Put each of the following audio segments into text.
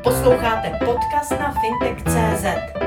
Posloucháte podcast na fintech.cz.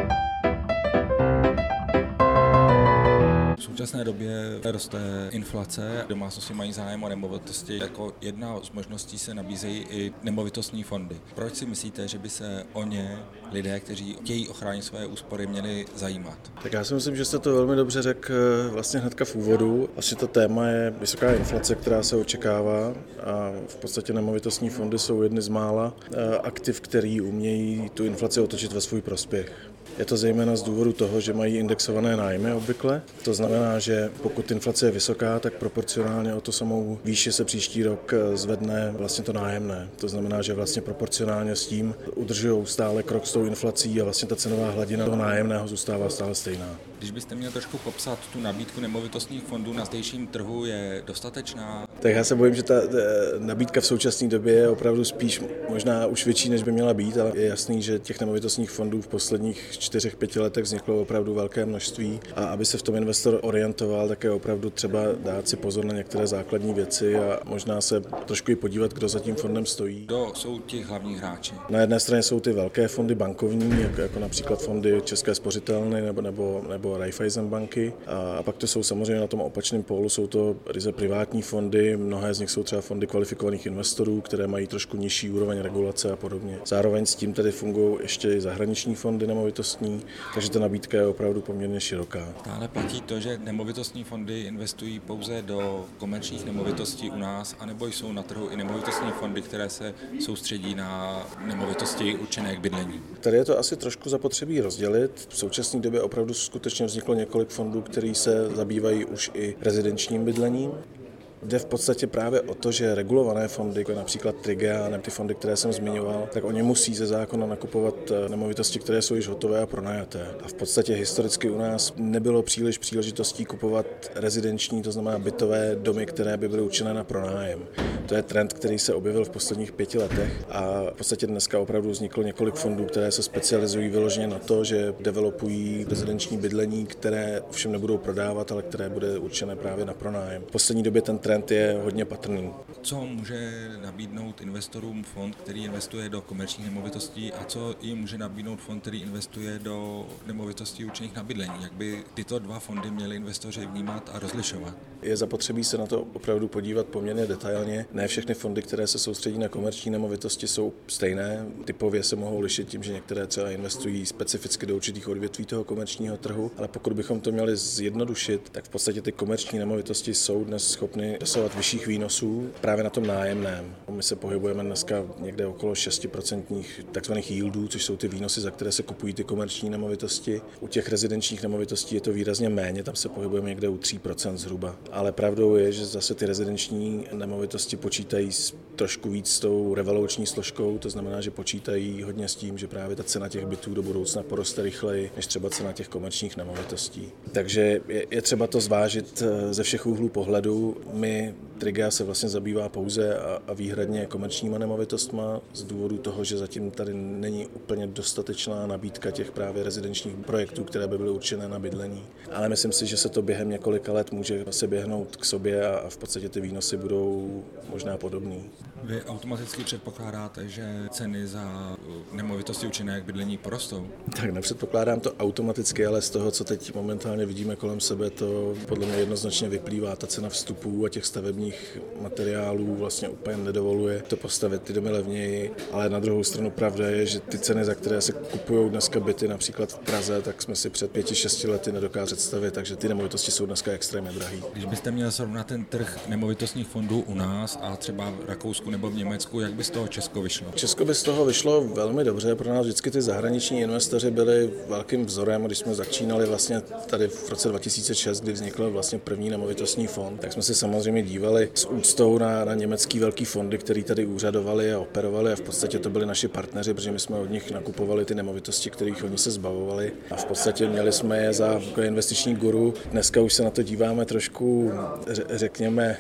V současné době roste inflace, domácnosti mají zájem o nemovitosti. Jako jedna z možností se nabízejí i nemovitostní fondy. Proč si myslíte, že by se o ně lidé, kteří chtějí ochránit své úspory, měli zajímat? Tak já si myslím, že jste to velmi dobře řekl vlastně hnedka v úvodu. Vlastně to téma je vysoká inflace, která se očekává a v podstatě nemovitostní fondy jsou jedny z mála aktiv, který umějí tu inflaci otočit ve svůj prospěch. Je to zejména z důvodu toho, že mají indexované nájmy obvykle. To znamená, že pokud inflace je vysoká, tak proporcionálně o to samou výši se příští rok zvedne vlastně to nájemné. To znamená, že vlastně proporcionálně s tím udržují stále krok s tou inflací a vlastně ta cenová hladina toho nájemného zůstává stále stejná. Když byste měl trošku popsat tu nabídku nemovitostních fondů na zdejším trhu, je dostatečná? Tak já se bojím, že ta nabídka v současné době je opravdu spíš možná už větší, než by měla být, ale je jasný, že těch nemovitostních fondů v posledních 4-5 letech vzniklo opravdu velké množství a aby se v tom investor orientoval, tak je opravdu třeba dát si pozor na některé základní věci a možná se trošku i podívat, kdo za tím fondem stojí. Kdo jsou ti hlavní hráči? Na jedné straně jsou ty velké fondy bankovní, jako například fondy České spořitelny nebo Raiffeisen banky. A pak to jsou samozřejmě na tom opačném pólu, jsou to ryze privátní fondy, mnohé z nich jsou třeba fondy kvalifikovaných investorů, které mají trošku nižší úroveň regulace a podobně. Zároveň s tím tedy fungují ještě i zahraniční fondy nemovitostní, takže ta nabídka je opravdu poměrně široká. Stále platí to, že nemovitostní fondy investují pouze do komerčních nemovitostí u nás, anebo jsou na trhu i nemovitostní fondy, které se soustředí na nemovitosti určené k bydlení? Tady je to asi trošku zapotřebí rozdělit. V současné době opravdu skutečně vzniklo několik fondů, které se zabývají už i rezidenčním bydlením. Jde v podstatě právě o to, že regulované fondy, jako například Trigea, nebo ty fondy, které jsem zmiňoval, tak oni musí ze zákona nakupovat nemovitosti, které jsou již hotové a pronajaté. A v podstatě historicky u nás nebylo příliš příležitostí kupovat rezidenční, to znamená bytové domy, které by byly určené na pronájem. To je trend, který se objevil v posledních 5 letech a v podstatě dneska opravdu vzniklo několik fondů, které se specializují vyloženě na to, že developují rezidenční bydlení, které ovšem nebudou prodávat, ale které bude určené právě na pronájem. V poslední době ten trend je hodně patrný. Co může nabídnout investorům fond, který investuje do komerčních nemovitostí a co jim může nabídnout fond, který investuje do nemovitostí určených na bydlení? Jak by tyto dva fondy měli investoři vnímat a rozlišovat? Je zapotřebí se na to opravdu podívat poměrně detailně. Ne všechny fondy, které se soustředí na komerční nemovitosti, jsou stejné. Typově se mohou lišit tím, že některé třeba investují specificky do určitých odvětví toho komerčního trhu, ale pokud bychom to měli zjednodušit, tak v podstatě ty komerční nemovitosti jsou dnes schopny dosahovat vyšších výnosů právě na tom nájemném. My se pohybujeme dneska někde okolo 6% takzvaných yieldů, což jsou ty výnosy, za které se kupují ty komerční nemovitosti. U těch rezidenčních nemovitostí je to výrazně méně, tam se pohybujeme někde u 3% zhruba. Ale pravdou je, že zase ty rezidenční nemovitosti počítají trošku víc s tou revaluační složkou, to znamená, že počítají hodně s tím, že právě ta cena těch bytů do budoucna poroste rychleji než třeba cena těch komerčních nemovitostí. Takže je třeba to zvážit ze všech úhlů pohledu. My Trigea se vlastně zabývá pouze a výhradně komerčníma nemovitostma z důvodu toho, že zatím tady není úplně dostatečná nabídka těch právě rezidenčních projektů, které by byly určené na bydlení. Ale myslím si, že se to během několika let může se běhnout k sobě a v podstatě ty výnosy budou možná podobný. Vy automaticky předpokládáte, že ceny za nemovitosti určené k bydlení porostou? Tak nepředpokládám to automaticky, ale z toho, co teď momentálně vidíme kolem sebe, to podle mě jednoznačně vyplývá. Ta cena vstupů a těch stavebních materiálů vlastně úplně nedovoluje to postavit ty domy levněji, ale na druhou stranu pravda je, že ty ceny, za které se kupují dneska byty například v Praze, tak jsme si před 5-6 lety nedokázali představit, takže ty nemovitosti jsou dneska extrémně drahé. Když byste měl srovnat ten trh nemovitostních fondů u nás a třeba v Rakousku nebo v Německu, jak by z toho Česko vyšlo? Česko by z toho vyšlo velmi dobře, pro nás vždycky ty zahraniční investoři byli velkým vzorem, když jsme začínali vlastně tady v roce 2006, kdy vznikl vlastně první nemovitostní fond, tak jsme si samozřejmě dívali s úctou na německý velký fondy, který tady úřadovali a operovali a v podstatě to byli naši partneři, protože my jsme od nich nakupovali ty nemovitosti, kterých oni se zbavovali a v podstatě měli jsme je za investiční guru. Dneska už se na to díváme trošku, řekněme,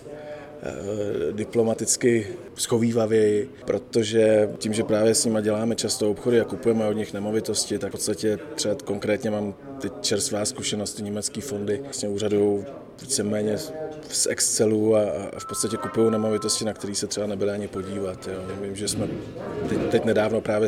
diplomaticky schovývavěji, protože tím, že právě s nimi děláme často obchody a kupujeme od nich nemovitosti, tak v podstatě třeba konkrétně mám ty čerstvá zkušenosti, německý fondy vlastně úřadují víceméně z Excelu a v podstatě kupují nemovitosti, na které se třeba nebyli ani podívat. Jo. Vím, že jsme teď nedávno právě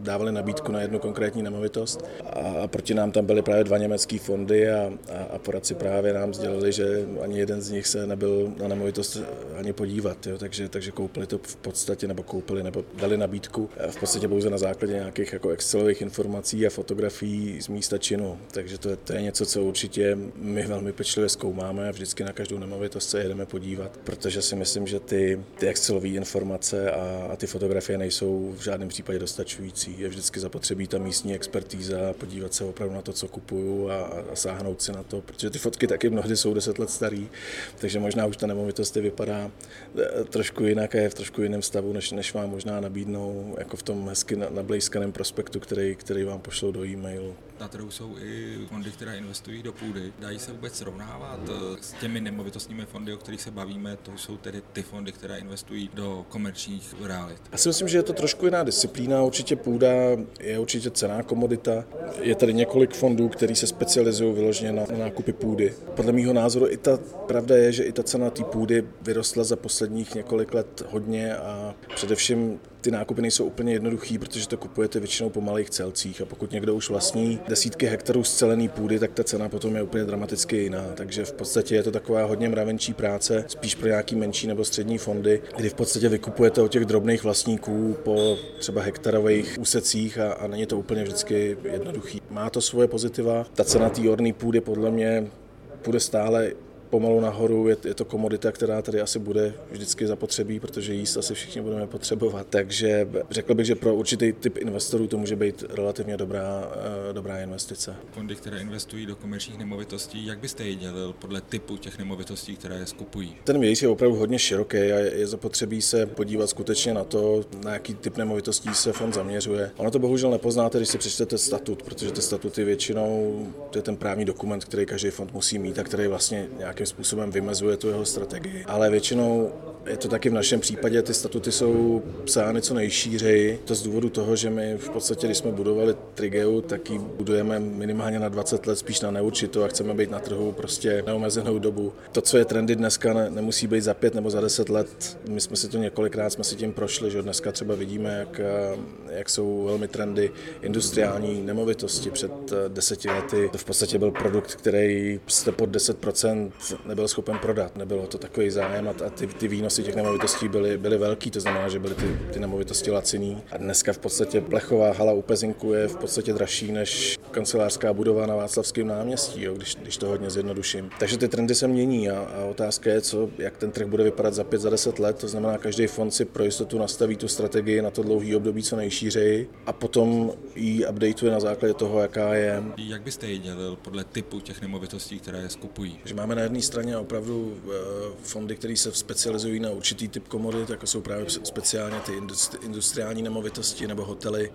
dávali nabídku na jednu konkrétní nemovitost a proti nám tam byly právě 2 německé fondy a poradci právě nám sdělili, že ani jeden z nich se nebyl na nemovitost ani podívat, jo, takže koupili to v podstatě, nebo dali nabídku v podstatě pouze na základě nějakých jako excelových informací a fotografií z místa činu. Takže to je něco, co určitě my velmi pečlivě zkoumáme a vždycky na každou nemovitost se jedeme podívat, protože si myslím, že ty excelové informace a ty fotografie nejsou v žádném případě dostačující. Je vždycky zapotřebí ta místní expertíza, podívat se opravdu na to, co kupuju a sáhnout si na to, protože ty fotky taky mnohdy jsou 10 let starý, takže možná už ta nemovitost vypadá trošku jinak a je v trošku jiném stavu, než vám možná nabídnou jako v tom hezky nablejskaném prospektu, který vám pošlou do e-mailu. Na trhu jsou i fondy, které investují do půdy. Dají se vůbec srovnávat s těmi nemovitostními fondy, o kterých se bavíme? To jsou tedy ty fondy, které investují do komerčních realit. Já si myslím, že je to trošku jiná disciplína. Určitě půda je určitě cenná komodita. Je tady několik fondů, které se specializují vyloženě na nákupy půdy. Podle mého názoru pravda je, že i ta cena té půdy vyrostla za posledních několik let hodně a především ty nákupy nejsou úplně jednoduchý, protože to kupujete většinou po malých celcích a pokud někdo už vlastní desítky hektarů scelený půdy, tak ta cena potom je úplně dramaticky jiná. Takže v podstatě je to taková hodně mravenčí práce, spíš pro nějaký menší nebo střední fondy, kdy v podstatě vykupujete od těch drobných vlastníků po třeba hektarových úsecích a není to úplně vždycky jednoduchý. Má to svoje pozitiva. Ta cena té orné půdy podle mě půjde stále pomalu nahoru, je to komodita, která tady asi bude vždycky zapotřebí, protože jíst asi všichni budeme potřebovat. Takže řekl bych, že pro určitý typ investorů to může být relativně dobrá investice. Fondy, které investují do komerčních nemovitostí, jak byste je dělil podle typu těch nemovitostí, které je skupují? Ten vějíř je opravdu hodně široký a je zapotřebí se podívat skutečně na to, na jaký typ nemovitostí se fond zaměřuje. Ono to bohužel nepoznáte, když si přečtete statut, protože ty statuty většinou, to je ten právní dokument, který každý fond musí mít a který vlastně nějakým způsobem vymezuje tu jeho strategii. Ale většinou je to taky v našem případě, ty statuty jsou psány co nejšířeji. To z důvodu toho, že my v podstatě, když jsme budovali Trigeu, tak ji budujeme minimálně na 20 let, spíš na neurčitou a chceme být na trhu prostě neomezenou dobu. To, co je trendy dneska, nemusí být za 5 nebo za 10 let. My jsme si to několikrát tím prošli, že dneska třeba vidíme, jak jsou velmi trendy industriální nemovitosti. Před 10 lety to v podstatě byl produkt, který jste pod 10% nebyl schopen prodat. Nebylo to takový zájem a ty výnosy těch nemovitostí byly velký, to znamená, že byly ty nemovitosti laciný. A dneska v podstatě plechová hala u Pezinku je v podstatě dražší než kancelářská budova na Václavském náměstí, jo, když to hodně zjednoduším. Takže ty trendy se mění a otázka je, jak ten trh bude vypadat za 5, za 10 let. To znamená, každý fond si pro jistotu nastaví tu strategii na to dlouhý období co nejšířeji a potom ji updateuje na základě toho, jaká je. Jak byste ji dělil podle typu těch nemovitostí, které je skupují? Že máme na jedné straně opravdu fondy, které se specializují na určitý typ komodit, jako jsou právě speciálně ty industriální nemovitosti nebo hotely.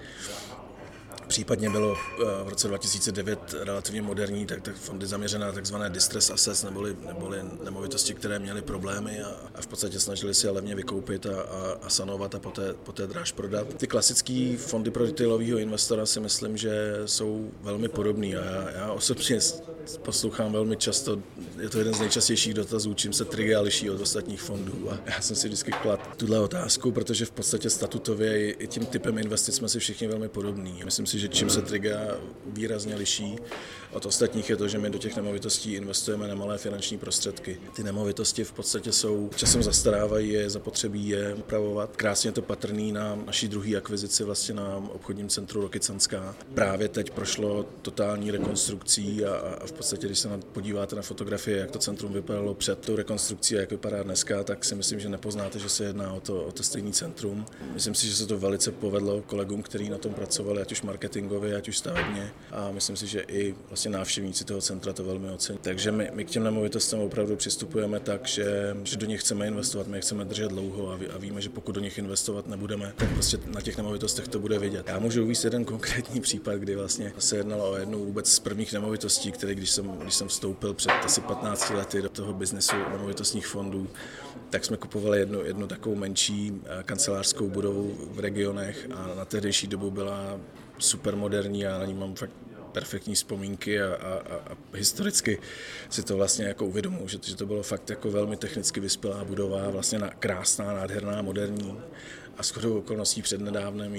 Případně bylo v roce 2009 relativně moderní, tak fondy zaměřené na takzvané distress assets, neboli nemovitosti, které měly problémy a v podstatě snažili si je levně vykoupit a sanovat a poté dráž prodat. Ty klasické fondy pro retailového investora si myslím, že jsou velmi podobný a já osobně poslouchám velmi často, je to jeden z nejčastějších dotazů, čím se Trigea liší od ostatních fondů a já jsem si vždycky kladl tuhle otázku, protože v podstatě statutově i tím typem investic jsme si všichni velmi podobní. Myslím si, že čím se Trigea výrazně liší od ostatních je to, že my do těch nemovitostí investujeme nemalé finanční prostředky. Ty nemovitosti v podstatě časem zastarávají, je zapotřebí je upravovat. Krásně to patrný na naší druhé akvizici vlastně na obchodním centru Rokycanská. Právě teď prošlo totální rekonstrukcí a v podstatě, když se podíváte na fotografie, jak to centrum vypadalo před tou rekonstrukcí a jak vypadá dneska, tak si myslím, že nepoznáte, že se jedná o to stejné centrum. Myslím si, že se to velice povedlo kolegům, kteří na tom pracovali, ať už marketingově, ať už stavebně a myslím si, že i vlastně návštěvníci toho centra to velmi ocení. Takže my k těm nemovitostem opravdu přistupujeme tak, že do nich chceme investovat, my je chceme držet dlouho a víme, že pokud do nich investovat nebudeme, tak prostě na těch nemovitostech to bude vidět. Já můžu uvést jeden konkrétní případ, kdy vlastně se jednalo o jednu vůbec z prvních nemovitostí, které když jsem vstoupil před asi 15 lety do toho biznesu nemovitostních fondů, tak jsme kupovali jednu takovou menší kancelářskou budovu v regionech a na tehdejší dobu byla super moderní a na ní mám fakt perfektní vzpomínky a historicky si to vlastně jako uvědomuji, že to bylo fakt jako velmi technicky vyspělá budova, vlastně krásná, nádherná, moderní. A shodou okolností přednedávnem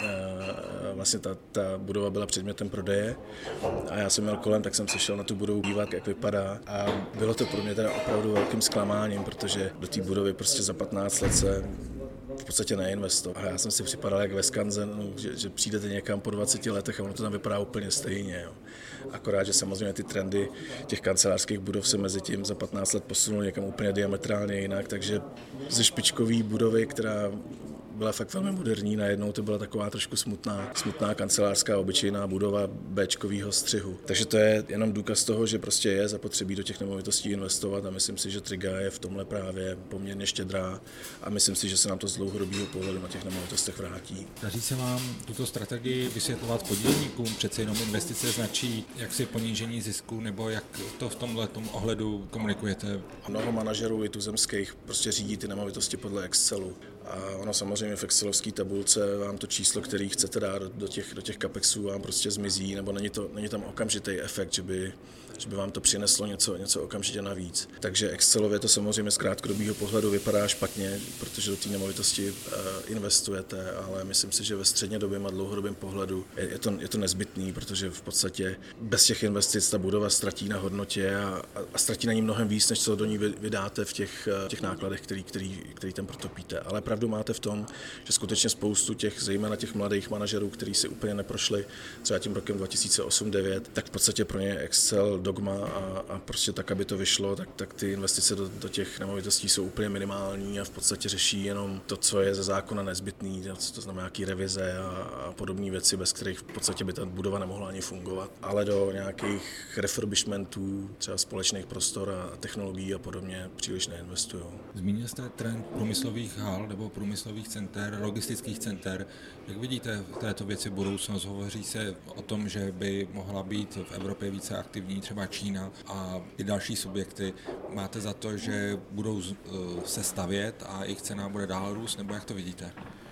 vlastně ta budova byla předmětem prodeje a já jsem měl kolem, tak jsem se šel na tu budovu dívat, jak vypadá a bylo to pro mě teda opravdu velkým zklamáním, protože do té budovy prostě za 15 let se v podstatě neinvestoval. A já jsem si připadal jak ve Skanzenu, že přijdete někam po 20 letech a ono to tam vypadá úplně stejně. Jo. Akorát, že samozřejmě ty trendy těch kancelářských budov se mezi tím za 15 let posunuly někam úplně diametrálně jinak, takže ze špičkové budovy, která byla fakt velmi moderní, najednou to byla taková trošku smutná kancelářská obyčejná budova béčkovýho střihu. Takže to je jenom důkaz toho, že prostě je zapotřebí do těch nemovitostí investovat a myslím si, že Triga je v tomhle právě poměrně štědrá a myslím si, že se nám to z dlouhodobého pohledu na těch nemovitostech vrátí. Daří se vám tuto strategii vysvětlovat podílníkům? Přece jenom investice značí jaksi ponížení zisku, nebo jak to v tomhletom ohledu komunikujete? Mnoho manažerů i tuzemských prostě řídí ty nemovitosti podle Excelu. A ono samozřejmě v excelovské tabulce vám to číslo, který chcete dát do těch capexů, vám prostě zmizí, nebo není tam okamžitý efekt, že by vám to přineslo něco okamžitě navíc. Takže excelově to samozřejmě z krátkodobého pohledu vypadá špatně, protože do té nemovitosti investujete, ale myslím si, že ve střednědobém a dlouhodobém pohledu je to nezbytný, protože v podstatě bez těch investic ta budova ztratí na hodnotě a ztratí na ní mnohem víc, než co do ní vydáte v těch nákladech, který tam protopíte. Ale pravdu máte v tom, že skutečně spoustu zejména těch mladých manažerů, kteří si úplně neprošli třeba tím rokem 2008-2009, tak v podstatě pro ně Excel dogma a prostě tak, aby to vyšlo, tak ty investice do těch nemovitostí jsou úplně minimální a v podstatě řeší jenom to, co je ze zákona nezbytný, to znamená nějaký revize a podobné věci, bez kterých v podstatě by ta budova nemohla ani fungovat. Ale do nějakých refurbishmentů, třeba společných prostor a technologií a podobně příliš neinvestují. Zmínil jste trend průmyslových hal nebo průmyslových center, logistických center. Jak vidíte v této věci budoucnost? Hovoří se o tom, že by mohla být v Evropě více aktivní třeba Čína a i další subjekty. Máte za to, že budou se stavět a jejich cena bude dál růst, nebo jak to vidíte?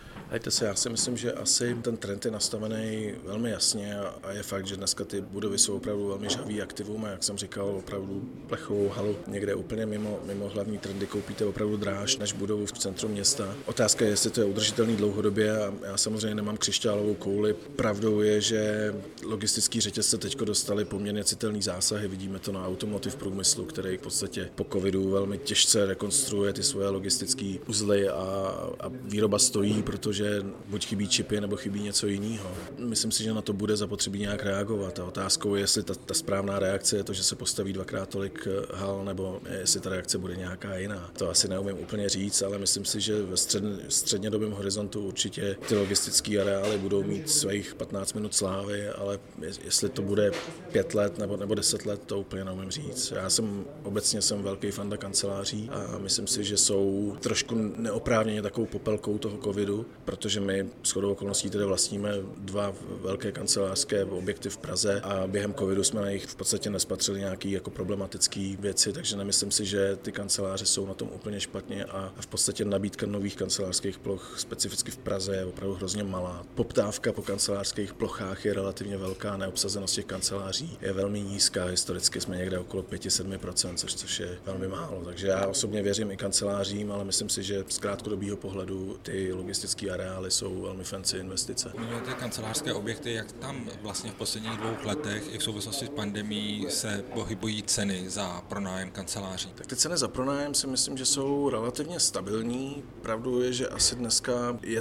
Já si myslím, že asi ten trend je nastavený velmi jasně a je fakt, že dneska ty budovy jsou opravdu velmi žhavý aktivum a jak jsem říkal, opravdu plechovou halu někde úplně mimo hlavní trendy koupíte opravdu dráž než budovu v centru města. Otázka je, jestli to je udržitelný dlouhodobě a já samozřejmě nemám křišťálovou kouli. Pravdou je, že logistický řetězce teďko dostali poměrně citelný zásahy. Vidíme to na automotiv průmyslu, který v podstatě po covidu velmi těžce rekonstruuje ty svoje logistické uzly a výroba stojí, protože buď chybí čipy, nebo chybí něco jiného. Myslím si, že na to bude zapotřebí nějak reagovat. A otázkou je, jestli ta správná reakce je to, že se postaví dvakrát tolik hal, nebo jestli ta reakce bude nějaká jiná. To asi neumím úplně říct, ale myslím si, že ve střednědobém horizontu určitě ty logistické areály budou mít svých 15 minut slávy, ale jestli to bude 5 let nebo 10 let, to úplně neumím říct. Já obecně jsem velký fanda kanceláří a myslím si, že jsou trošku neoprávněně takovou popelkou toho covidu, protože my shodou okolností tedy vlastníme 2 velké kancelářské objekty v Praze a během covidu jsme na nich v podstatě nespatřili nějaké jako problematické věci, takže nemyslím si, že ty kanceláře jsou na tom úplně špatně a v podstatě nabídka nových kancelářských ploch specificky v Praze je opravdu hrozně malá. Poptávka po kancelářských plochách je relativně velká, neobsazenost těch kanceláří je velmi nízká, historicky jsme někde okolo 5-7%, což je velmi málo, takže já osobně věřím i kancelářím, ale myslím si, že z krátkodobého pohledu ty logistické areály jsou velmi fancy investice. Zmiňujete kancelářské objekty, jak tam vlastně v posledních 2 letech i v souvislosti s pandemií se pohybují ceny za pronájem kanceláří? Tak ty ceny za pronájem si myslím, že jsou relativně stabilní. Pravdou je, že asi dneska je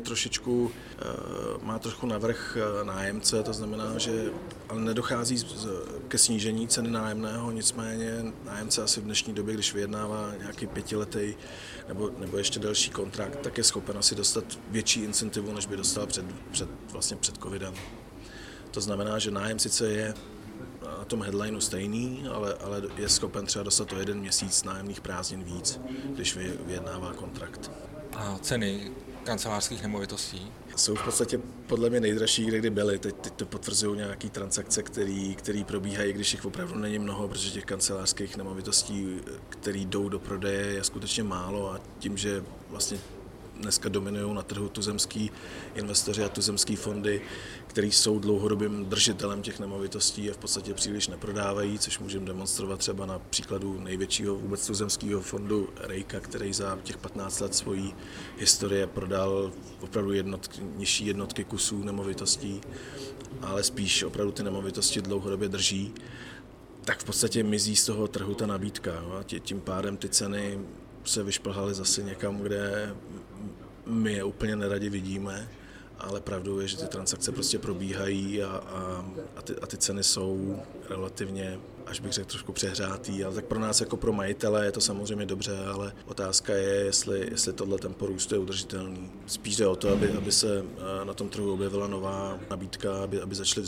má trochu navrch nájemce, to znamená, že ale nedochází ke snížení ceny nájemného, nicméně nájemce asi v dnešní době, když vyjednává nějaký 5letý nebo ještě delší kontrakt, tak je schopen asi dostat větší incentivu, než by dostal před covidem. To znamená, že nájem sice je na tom headlineu stejný, ale je schopen třeba dostat o 1 měsíc nájemných prázdnin víc, když vyjednává kontrakt. A ceny kancelářských nemovitostí? Jsou v podstatě podle mě nejdražší, kdy byly. Teď to potvrzují nějaké transakce, které probíhají, když jich opravdu není mnoho, protože těch kancelářských nemovitostí, které jdou do prodeje, je skutečně málo a tím, že vlastně dneska dominují na trhu tuzemský investoři a tuzemský fondy, který jsou dlouhodobým držitelem těch nemovitostí a v podstatě příliš neprodávají, což můžeme demonstrovat třeba na příkladu největšího vůbec tuzemského fondu Rejka, který za těch 15 let svojí historie prodal opravdu nižší jednotky kusů nemovitostí, ale spíš opravdu ty nemovitosti dlouhodobě drží. Tak v podstatě mizí z toho trhu ta nabídka. Jo? A tím pádem ty ceny se vyšplhaly zase někam, kde my je úplně neradi vidíme, ale pravdou je, že ty transakce prostě probíhají a ty ceny jsou relativně, až bych řekl, trošku přehrátý, ale tak pro nás jako pro majitele je to samozřejmě dobře, ale otázka je, jestli tohle tempo růstu je udržitelný. Spíš jde o to, aby se na tom trhu objevila nová nabídka, aby začaly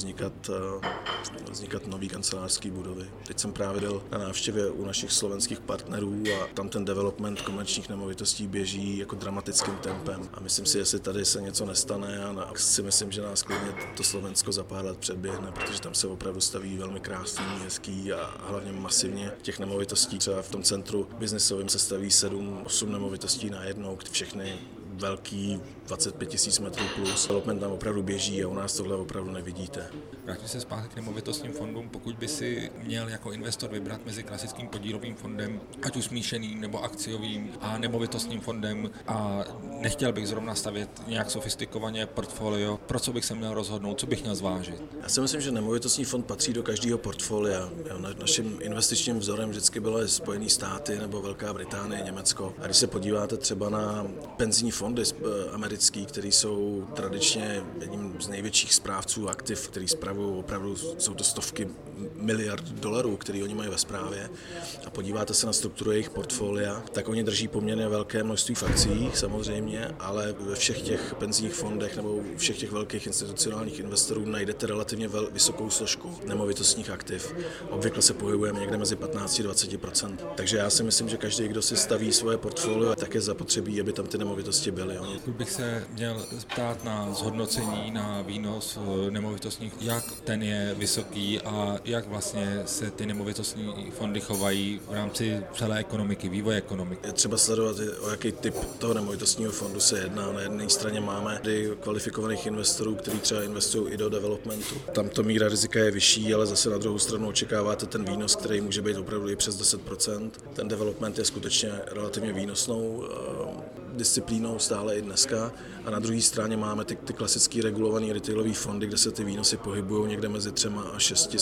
vznikat nový kancelářské budovy. Teď jsem právě byl na návštěvě u našich slovenských partnerů a tam ten development komerčních nemovitostí běží jako dramatickým tempem. A myslím si, jestli tady se něco nestane, a si myslím, že nás klidně to Slovensko za pár let předběhne, protože tam se opravdu staví velmi krásný, hezký a hlavně masivně těch nemovitostí. Třeba v tom centru biznisovém se staví 7-8 nemovitostí najednou, všechny velký 25 000 metrů plus. Development tam opravdu běží a u nás tohle opravdu nevidíte. Vrátím se zpátky k nemovitostním fondům. Pokud by si měl jako investor vybrat mezi klasickým podílovým fondem, ať už smíšeným nebo akciovým a nemovitostním fondem a nechtěl bych zrovna stavět nějak sofistikovaně portfolio, pro co bych se měl rozhodnout, co bych měl zvážit? Já si myslím, že nemovitostní fond patří do každého portfolia. Naším investičním vzorem vždycky byly Spojené státy nebo Velká Británie, Německo. A když se podíváte třeba na penzijní fondy americký, které jsou tradičně jedním z největších správců aktiv, který spravují opravdu, jsou to stovky miliard dolarů, které oni mají ve správě, a podíváte se na strukturu jejich portfolia, tak oni drží poměrně velké množství akcií samozřejmě, ale ve všech těch penzijních fondech nebo všech těch velkých institucionálních investorů najdete relativně vysokou složku nemovitostních aktiv. Obvykle se pohybujeme někde mezi 15-20%. Takže já si myslím, že každý, kdo si staví svoje portfolio, tak je zapotřebí, aby tam ty nemovitosti byly. Pokud bych se měl ptát na zhodnocení, na výnos nemovitostních, jak ten je vysoký a jak vlastně se ty nemovitostní fondy chovají v rámci celé ekonomiky, vývoje ekonomiky. Je třeba sledovat, o jaký typ toho nemovitostního fondu se jedná. Na jedné straně máme kvalifikovaných investorů, kteří třeba investují i do developmentu. Tam to míra rizika je vyšší, ale zase na druhou stranu očekáváte ten výnos, který může být opravdu i přes 10%. Ten development je skutečně relativně výnosnou disciplínou stále i dneska. A na druhé straně máme ty klasické regulované retailové fondy, kde se ty výnosy pohybují někde mezi 3 a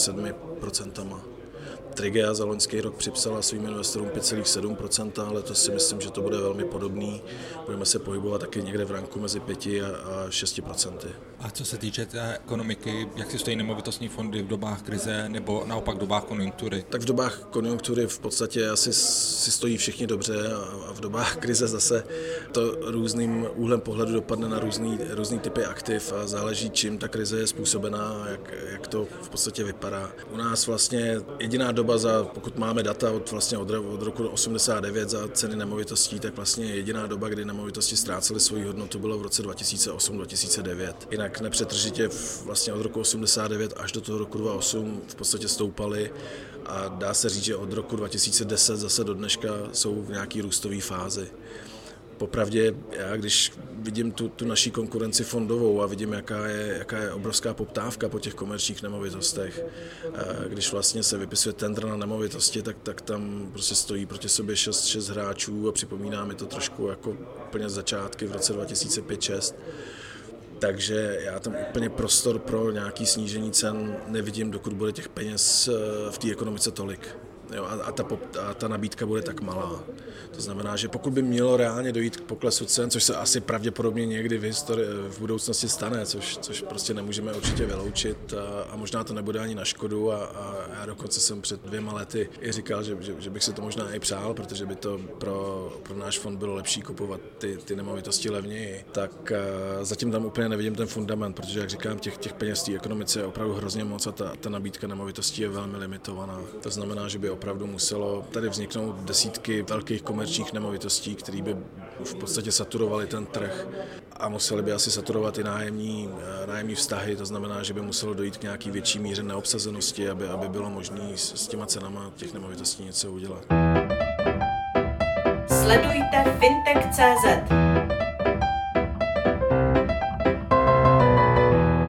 6-7%. Trigea za loňský rok připsala svým investorům 5,7%, ale to si myslím, že to bude velmi podobný. Budeme se pohybovat taky někde v ranku mezi 5 a 6%. A co se týče té ekonomiky, jak si stojí nemovitostní fondy v dobách krize nebo naopak v dobách konjunktury? Tak v dobách konjunktury v podstatě asi si stojí všichni dobře a v dobách krize zase to různým úhlem pohledu dopadne na různý typy aktiv a záleží, čím ta krize je způsobená a jak to v podstatě vypadá. U nás vlastně jediná doba, pokud máme data od roku 89 za ceny nemovitostí, tak vlastně jediná doba, kdy nemovitosti ztrácely svoji hodnotu, bylo v roce 2008-2009. Jinak nepřetržitě vlastně od roku 89 až do toho roku 2008 v podstatě stoupaly a dá se říct, že od roku 2010 zase do dneška jsou v nějaký růstové fázi. Popravdě, já když vidím tu naší konkurenci fondovou a vidím, jaká je obrovská poptávka po těch komerčních nemovitostech, když vlastně se vypisuje tendr na nemovitosti, tak tam prostě stojí proti sobě 6 hráčů a připomíná mi to trošku jako úplně začátky v roce 2005-2006. Takže já tam úplně prostor pro nějaké snížení cen nevidím, dokud bude těch peněz v té ekonomice tolik. Jo, a ta nabídka bude tak malá. To znamená, že pokud by mělo reálně dojít k poklesu cen, což se asi pravděpodobně někdy v budoucnosti stane, což prostě nemůžeme určitě vyloučit a možná to nebude ani na škodu a já dokonce jsem před 2 lety i říkal, že bych si to možná i přál, protože by to pro náš fond bylo lepší kupovat ty nemovitosti levněji. Tak zatím tam úplně nevidím ten fundament, protože jak říkám, těch peněz v té ekonomice je opravdu hrozně moc a ta nabídka nemovitostí je velmi limitovaná. To znamená, že by opravdu muselo tady vzniknout desítky velkých komerčních nemovitostí, které by v podstatě saturovaly ten trh a museli by asi saturovat i nájemní vztahy, to znamená, že by muselo dojít k nějaký větší míře neobsazenosti, aby bylo možné s těma cenama těch nemovitostí něco udělat. Sledujte fintech.cz.